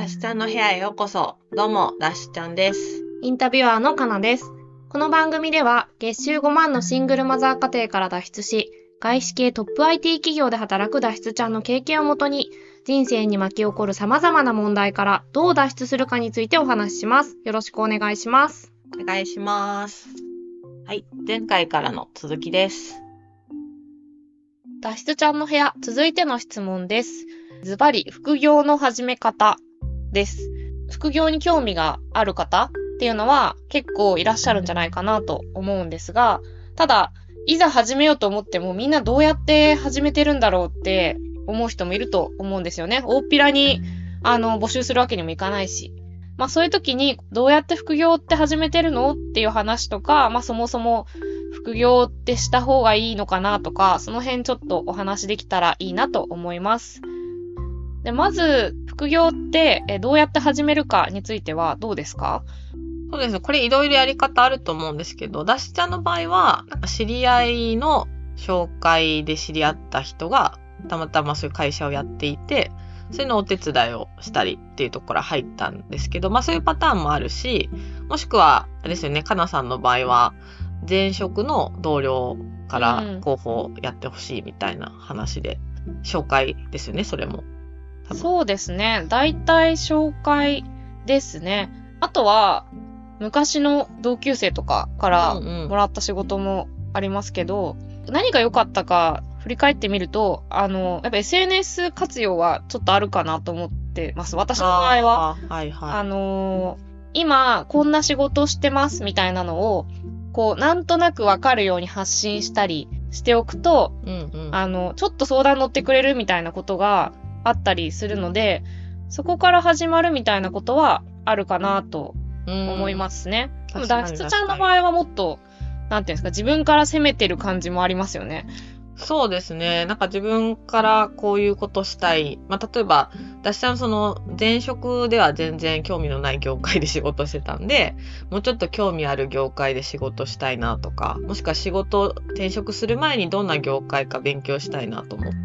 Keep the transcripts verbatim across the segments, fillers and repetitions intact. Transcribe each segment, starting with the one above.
ダシちゃんの部屋へようこそ。どうも、ダシちゃんです。 インタビュアーのかなです。この番組では月収ごまんのシングルマザー家庭から脱出し、外資系トップ アイティー 企業で働く脱出ちゃんの経験をもとに、人生に巻き起こる様々な問題からどう脱出するかについてお話しします。よろしくお願いします。 お願いします。はい、前回からの続きです。 脱出ちゃんの部屋、続いての質問です。ズバリ、副業の始め方です。副業に興味がある方っていうのは結構いらっしゃるんじゃないかなと思うんですが、ただ、いざ始めようと思ってもみんなどうやって始めてるんだろうって思う人もいると思うんですよね。大っぴらにあの募集するわけにもいかないし。まあそういう時にどうやって副業って始めてるのっていう話とか、まあそもそも副業ってした方がいいのかなとか、その辺ちょっとお話できたらいいなと思います。で、まず、副業ってどうやって始めるかについてはどうですか？ そうです。これいろいろやり方あると思うんですけど、ダシちゃんの場合は、なんか知り合いの紹介で知り合った人が、たまたまそういう会社をやっていて、そういうのお手伝いをしたりっていうところから入ったんですけど、まあそういうパターンもあるし、もしくは、あれですよね、かなさんの場合は、前職の同僚から広報やってほしいみたいな話で、紹介ですよね、それも。 そうですね。大体紹介ですね。あとは、昔の同級生とかからもらった仕事もありますけど、うんうん、何が良かったか振り返ってみると、あの、やっぱ エスエヌエス 活用はちょっとあるかなと思ってます。私の場合は。 あ、はいはい、 あのー、今、こんな仕事してますみたいなのを、こう、なんとなくわかるように発信したりしておくと、うんうん、あの、ちょっと相談乗ってくれるみたいなことがあったりするので、そこから始まるみたいなことはあるかなと思いますね。でも脱出ちゃんの場合はもっと、なんていうんですか、自分から攻めてる感じもありますよね。 そうですね。なんか自分からこういうことしたい。まあ、例えば、私はその前職では全然興味のない業界で仕事してたんで、もうちょっと興味ある業界で仕事したいなとか、もしくは仕事転職する前にどんな業界か勉強したいなと思って、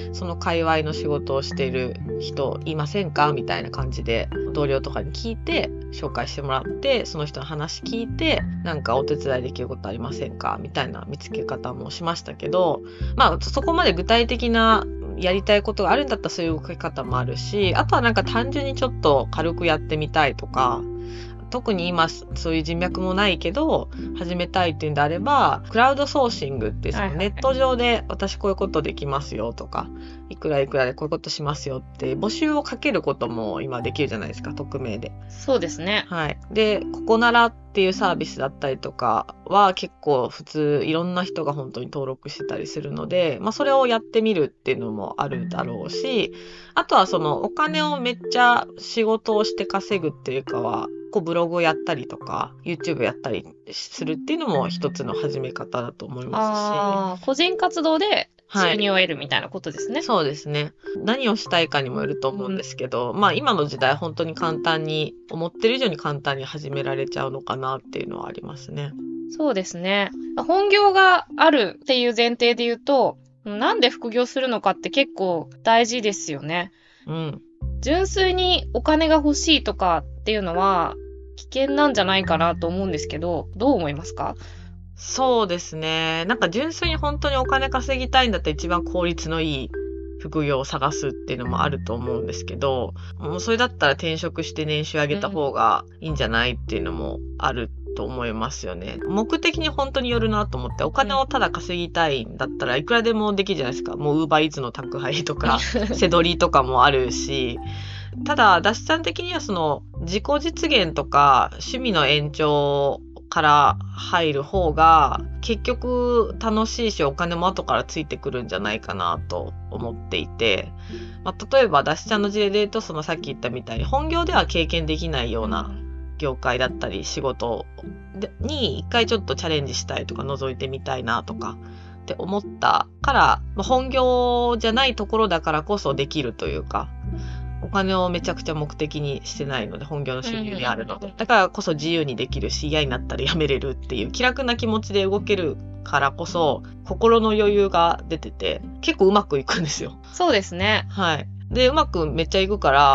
その界隈の仕事をしている人いませんかみたいな感じで同僚とかに聞いて紹介してもらって、その人の話聞いて、なんかお手伝いできることありませんかみたいな見つけ方もしましたけど、まあそこまで具体的なやりたいことがあるんだったらそういう動き方もあるし、あとはなんか単純にちょっと軽くやってみたいとか、特に今そういう人脈もないけど始めたいっていうんであれば、クラウドソーシングってそのネット上で私こういうことできますよとか、いくらいくらでこういうことしますよって募集をかけることも今できるじゃないですか、匿名で。 そうですね。 はい。で、ここならっていうサービスだったりとかは結構普通いろんな人が本当に登録してたりするので、まあそれをやってみるっていうのもあるだろうし、あとはそのお金をめっちゃ仕事をして稼ぐっていうかは、こうブログをやったりとか YouTube やったりするっていうのも一つの始め方だと思いますし、 あ、個人活動で収入を得るみたいなことですね、はい、 そうですね。何をしたいかにもよると思うんですけど、うん、まあ今の時代本当に簡単に思ってる以上に簡単に始められちゃうのかなっていうのはありますね。 そうですね。本業があるっていう前提で言うと、なんで副業するのかって結構大事ですよね。 うん。 純粋にお金が欲しいとかっていうのは危険なんじゃないかなと思うんですけど、どう思いますか？ そうですね。なんか純粋に本当にお金稼ぎたいんだったら一番効率のいい副業を探すっていうのもあると思うんですけど、もうそれだったら転職して年収上げた方がいいんじゃないっていうのもあると思いますよね。目的に本当によるなと思って、お金をただ稼ぎたいんだったらいくらでもできるじゃないですか。もうウーバーイーツの宅配とか、セドリとかもあるし、ただ、ダシちゃん的にはその自己実現とか趣味の延長から入る方が結局楽しいしお金も後からついてくるんじゃないかなと思っていて、まあ、例えばダシちゃんの事例で言うとそのさっき言ったみたいに本業では経験できないような業界だったり仕事に一回ちょっとチャレンジしたいとか覗いてみたいなとかって思ったから、まあ、本業じゃないところだからこそできるというか、お金をめちゃくちゃ目的にしてないので、本業の収入にあるので、だからこそ自由にできるし、嫌になったら辞めれるっていう気楽な気持ちで動けるからこそ心の余裕が出てて結構うまくいくんですよ。 そうですね。 はい。で、うまくめっちゃいくから、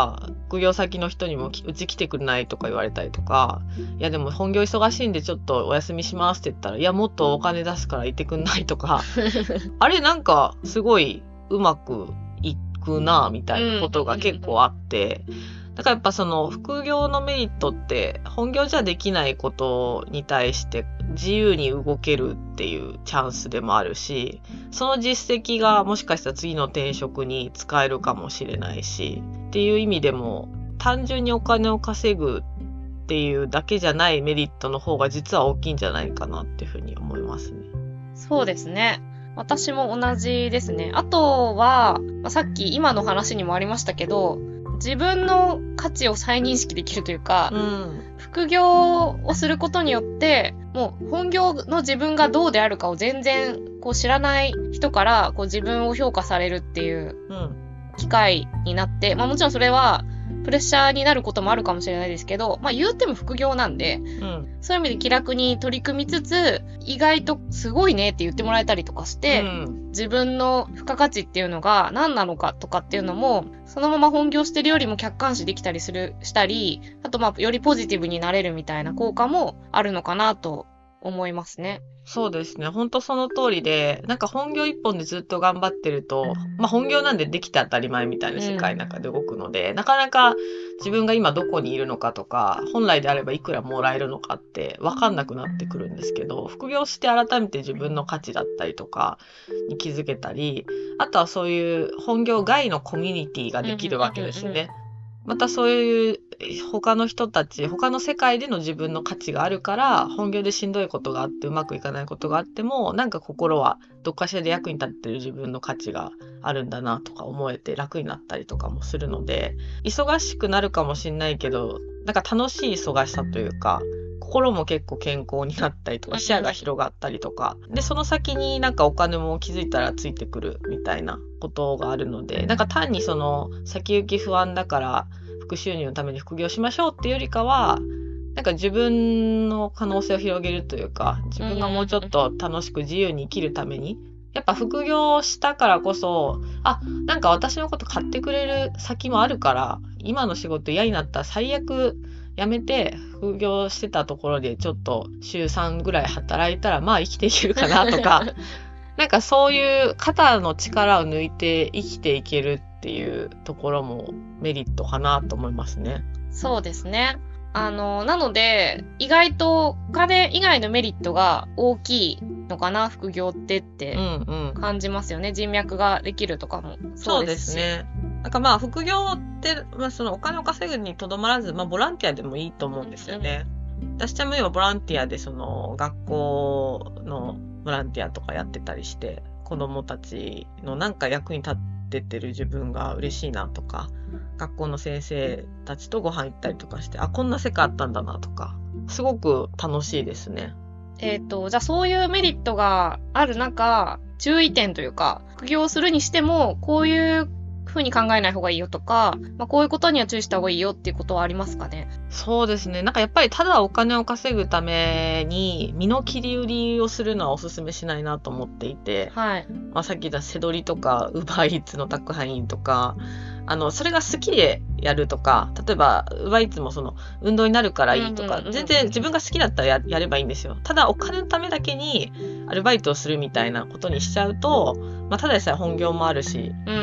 副業先の人にもうち来てくれないとか言われたりとか、いやでも本業忙しいんでちょっとお休みしますって言ったら、いやもっとお金出すからいてくんないとかあれなんかすごいうまくいくなみたいなことが結構あって、だからやっぱその副業のメリットって本業じゃできないことに対して自由に動けるっていうチャンスでもあるし、その実績がもしかしたら次の転職に使えるかもしれないしっていう意味でも、単純にお金を稼ぐっていうだけじゃないメリットの方が実は大きいんじゃないかなっていうふうに思いますね。 そうですね。私も同じですね。あとは、まあさっき今の話にもありましたけど、自分の価値を再認識できるというか、 うん、 副業をすることによって、もう本業の自分がどうであるかを全然こう知らない人からこう自分を評価されるっていう機会になって、まあもちろんそれはプレッシャーになることもあるかもしれないですけど、まあ言うても副業なんで、 うん、 そういう意味で気楽に取り組みつつ、意外とすごいねって言ってもらえたりとかして、 うん、 自分の付加価値っていうのが何なのかとかっていうのも、そのまま本業してるよりも客観視できたりする、したり、あとまあよりポジティブになれるみたいな効果もあるのかなと思いますね。 そうですね。本当その通りで、なんか本業一本でずっと頑張ってると、まあ本業なんでできて当たり前みたいな世界の中で動くので、うん、なかなか自分が今どこにいるのかとか、本来であればいくらもらえるのかって分かんなくなってくるんですけど、副業して改めて自分の価値だったりとかに気づけたり、あとはそういう本業外のコミュニティができるわけですよね。またそういう他の人たち、他の世界での自分の価値があるから、本業でしんどいことがあってうまくいかないことがあっても、なんか心はどっかしらで役に立ってる自分の価値があるんだなとか思えて楽になったりとかもするので、忙しくなるかもしんないけど、なんか楽しい忙しさというか、心も結構健康になったりとか、視野が広がったりとか、で、その先になんかお金も気づいたらついてくるみたいなことがあるので、なんか単にその先行き不安だから副収入のために副業しましょうっていうよりかは、なんか自分の可能性を広げるというか、自分がもうちょっと楽しく自由に生きるために、やっぱ副業したからこそ、あ、なんか私のこと買ってくれる先もあるから、今の仕事嫌になったら最悪辞めて副業してたところでちょっと週さんぐらい働いたらまあ生きていけるかなとかなんかそういう肩の力を抜いて生きていけるっていうところもメリットかなと思いますね。 そうですね。あの、なので、意外とお金以外のメリットが大きいのかな、副業ってって感じますよね。うんうん、人脈ができるとかもそうですし。そうですね。 なんかまあ副業って、まあそのお金を稼ぐにとどまらず、まあボランティアでもいいと思うんですよね。うんうん、私ちゃんも今ボランティアでその学校のボランティアとかやってたりして、子供たちのなんか役に立ってってる自分が嬉しいなとか、学校の先生たちとご飯行ったりとかして、あ、こんな世界あったんだなとか、すごく楽しいですね。 えっと、じゃあそういうメリットがある中、注意点というか、副業するにしても、こういうふうに考えない方がいいよとか、まあ、こういうことには注意した方がいいよっていうことはありますかね？ そうですね。なんかやっぱりただお金を稼ぐために身の切り売りをするのはおすすめしないなと思っていて、 はい。 まあ、さっき言ったセドリとかウーバーイーツの宅配員とか、あのそれが好きでやるとか、例えばウーバーイーツもその運動になるからいいとか、うんうんうん、全然自分が好きだったら や, やればいいんですよ。ただお金のためだけにアルバイトをするみたいなことにしちゃうと、まあ、ただでさえ本業もあるし、うん、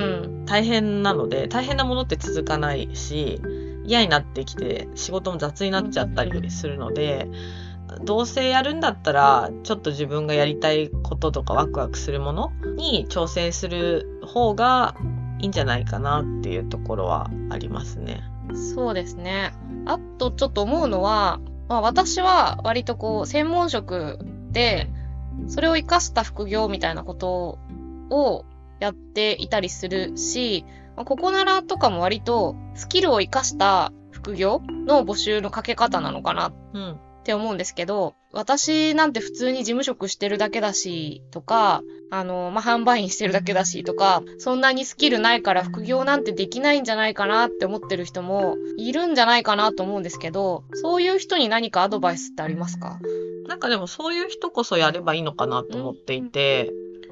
大変なので、大変なものって続かないし、嫌になってきて仕事も雑になっちゃったりするので、どうせやるんだったらちょっと自分がやりたいこととかワクワクするものに挑戦する方がいいんじゃないかなっていうところはありますね。 そうですね。あとちょっと思うのは、まあ、私は割とこう専門職でそれを活かした副業みたいなことをやっていたりするし、ここならとかも割とスキルを活かした副業の募集のかけ方なのかなって思うんですけど、うん、私なんて普通に事務職してるだけだしとか、あの、まあ、販売員してるだけだしとか、そんなにスキルないから副業なんてできないんじゃないかなって思ってる人もいるんじゃないかなと思うんですけど、そういう人に何かアドバイスってありますか？ なんかでもそういう人こそやればいいのかなと思っていて、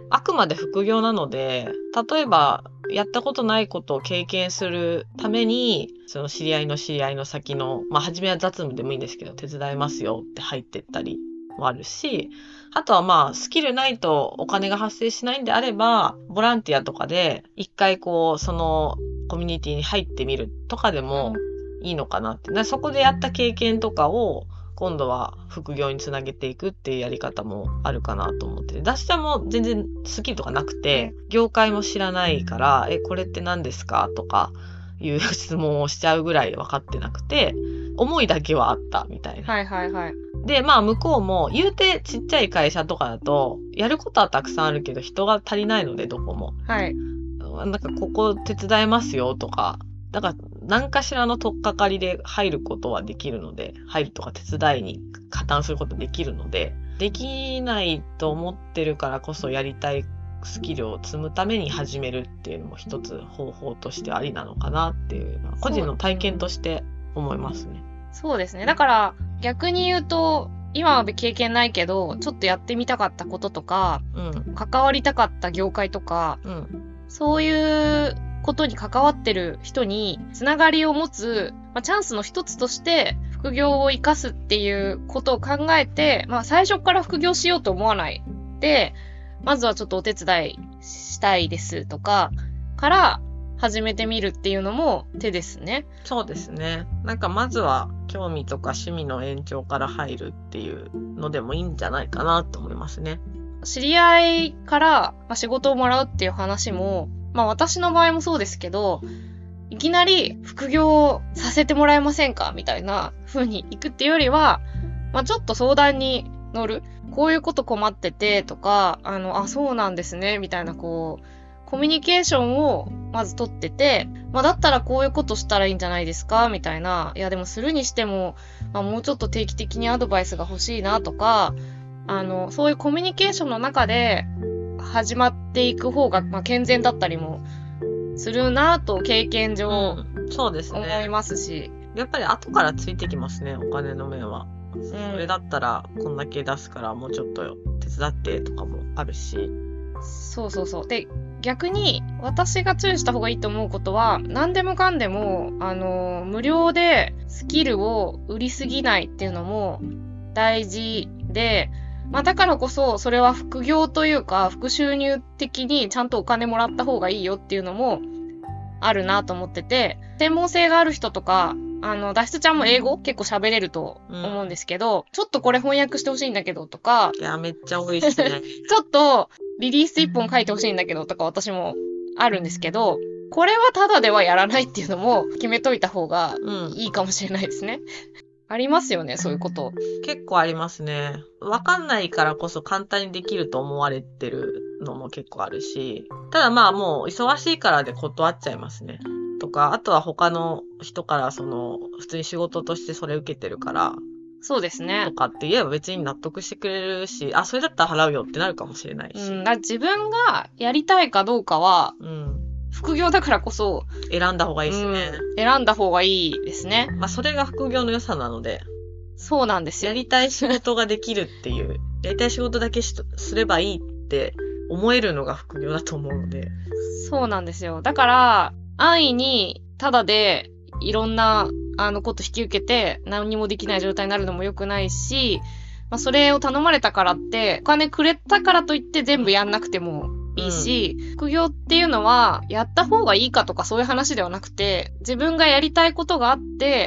あくまで副業なので、例えばやったことないことを経験するために、その知り合いの知り合いの先の、まあ初めは雑務でもいいんですけど、手伝いますよって入ってったりもあるし、あとはまあスキルないとお金が発生しないんであれば、ボランティアとかで一回こう、そのコミュニティに入ってみるとかでもいいのかなって。でそこでやった経験とかを、今度は副業につなげていくっていうやり方もあるかなと思って。ダッシュちゃんも全然スキルとかなくて、業界も知らないから、え、これって何ですかとかいう質問をしちゃうぐらい分かってなくて、思いだけはあったみたいな。 はいはいはい。 で、まあ向こうも言うてちっちゃい会社とかだと、やることはたくさんあるけど人が足りないのでどこも。 はい。 なんかここ手伝えますよとか、だから何かしらの取っかかりで入ることはできるので、入るとか手伝いに加担することできるので、できないと思ってるからこそやりたいスキルを積むために始めるっていうのも一つ方法としてありなのかなっていうのは個人の体験として思いますね。 そうですね。だから逆に言うと、今は経験ないけど、ちょっとやってみたかったこととか、うん、関わりたかった業界とか、うん、そういうことに関わってる人につながりを持つ、まあ、チャンスの一つとして副業を生かすっていうことを考えて、まあ最初から副業しようと思わないで、まずはちょっとお手伝いしたいですとかから始めてみるっていうのも手ですね。 そうですね。なんかまずは興味とか趣味の延長から入るっていうのでもいいんじゃないかなと思いますね。 知り合いから仕事をもらうっていう話も、まあ私の場合もそうですけど、いきなり副業させてもらえませんかみたいな風に行くっていうよりは、まあちょっと相談に乗る。こういうこと困っててとか、あの、あ、そうなんですね、みたいなこう、コミュニケーションをまず取ってて、まあだったらこういうことしたらいいんじゃないですかみたいな。いやでもするにしても、まあもうちょっと定期的にアドバイスが欲しいなとか、あの、そういうコミュニケーションの中で始まっていく方が、まあ健全だったりもするなと経験上、うん、そうですね。思いますし。 やっぱり後からついてきますね、お金の面は。うん、それだったらこんだけ出すからもうちょっと手伝ってとかもあるし。 そうそうそう。で、逆に私が注意した方がいいと思うことは、何でもかんでも、あの、無料でスキルを売りすぎないっていうのも大事で、まあだからこそそれは副業というか、副収入的にちゃんとお金もらった方がいいよっていうのもあるなと思ってて、専門性がある人とか、あの、脱出ちゃんも英語結構喋れると思うんですけど、うん、ちょっとこれ翻訳してほしいんだけどとか、 いや、めっちゃ多いですね。 ちょっとリリース一本書いてほしいんだけどとか私もあるんですけど、これはただではやらないっていうのも決めといた方がいいかもしれないですね。うん、ありますよね、そういうこと。 結構ありますね。わかんないからこそ簡単にできると思われてるのも結構あるし、ただまあもう忙しいからで断っちゃいますね。とか、あとは他の人からその、普通に仕事としてそれ受けてるから、 そうですね。 とかって言えば別に納得してくれるし、あ、それだったら払うよってなるかもしれないし。 うん、だ自分がやりたいかどうかは、うん、副業だからこそ、 選んだ方がいいですね、 うん。選んだ方がいいですね。 まあそれが副業の良さなので。 そうなんですよ。 やりたい仕事ができるっていう、やりたい仕事だけしすればいいって思えるのが副業だと思うので。 そうなんですよ。だから、安易に、ただで、いろんな、あの、こと引き受けて、何にもできない状態になるのも良くないし、まあ、それを頼まれたからって、お金くれたからといって全部やんなくてもいいし、うん、副業っていうのは、やった方がいいかとかそういう話ではなくて、自分がやりたいことがあって、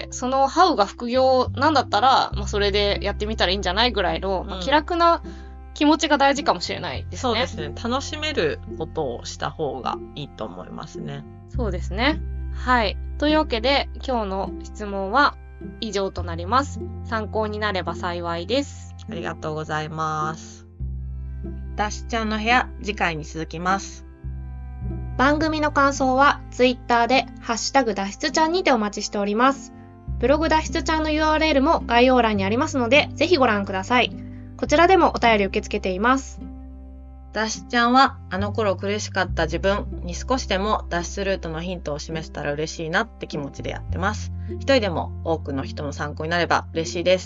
そのハウが副業なんだったら、まあ、それでやってみたらいいんじゃないぐらいの、まあ、気楽な気持ちが大事かもしれないですね。 そうですね。楽しめることをした方がいいと思いますね。 そうですね。はい。というわけで、今日の質問は以上となります。参考になれば幸いです。 ありがとうございます。ダッシュちゃんの部屋、次回に続きます。 番組の感想は、ツイッターで、ハッシュタグ脱出ちゃんにてお待ちしております。ブログ脱出ちゃんの ユーアールエル も概要欄にありますので、ぜひご覧ください。こちらでもお便り受け付けています。 ダッシュちゃんはあの頃苦しかった自分に少しでも脱出ルートのヒントを示せたら嬉しいなって気持ちでやってます。一人でも多くの人の参考になれば嬉しいです。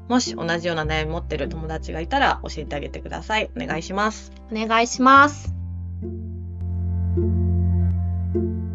もし同じような悩み持ってる友達がいたら教えてあげてください。お願いします。 お願いします。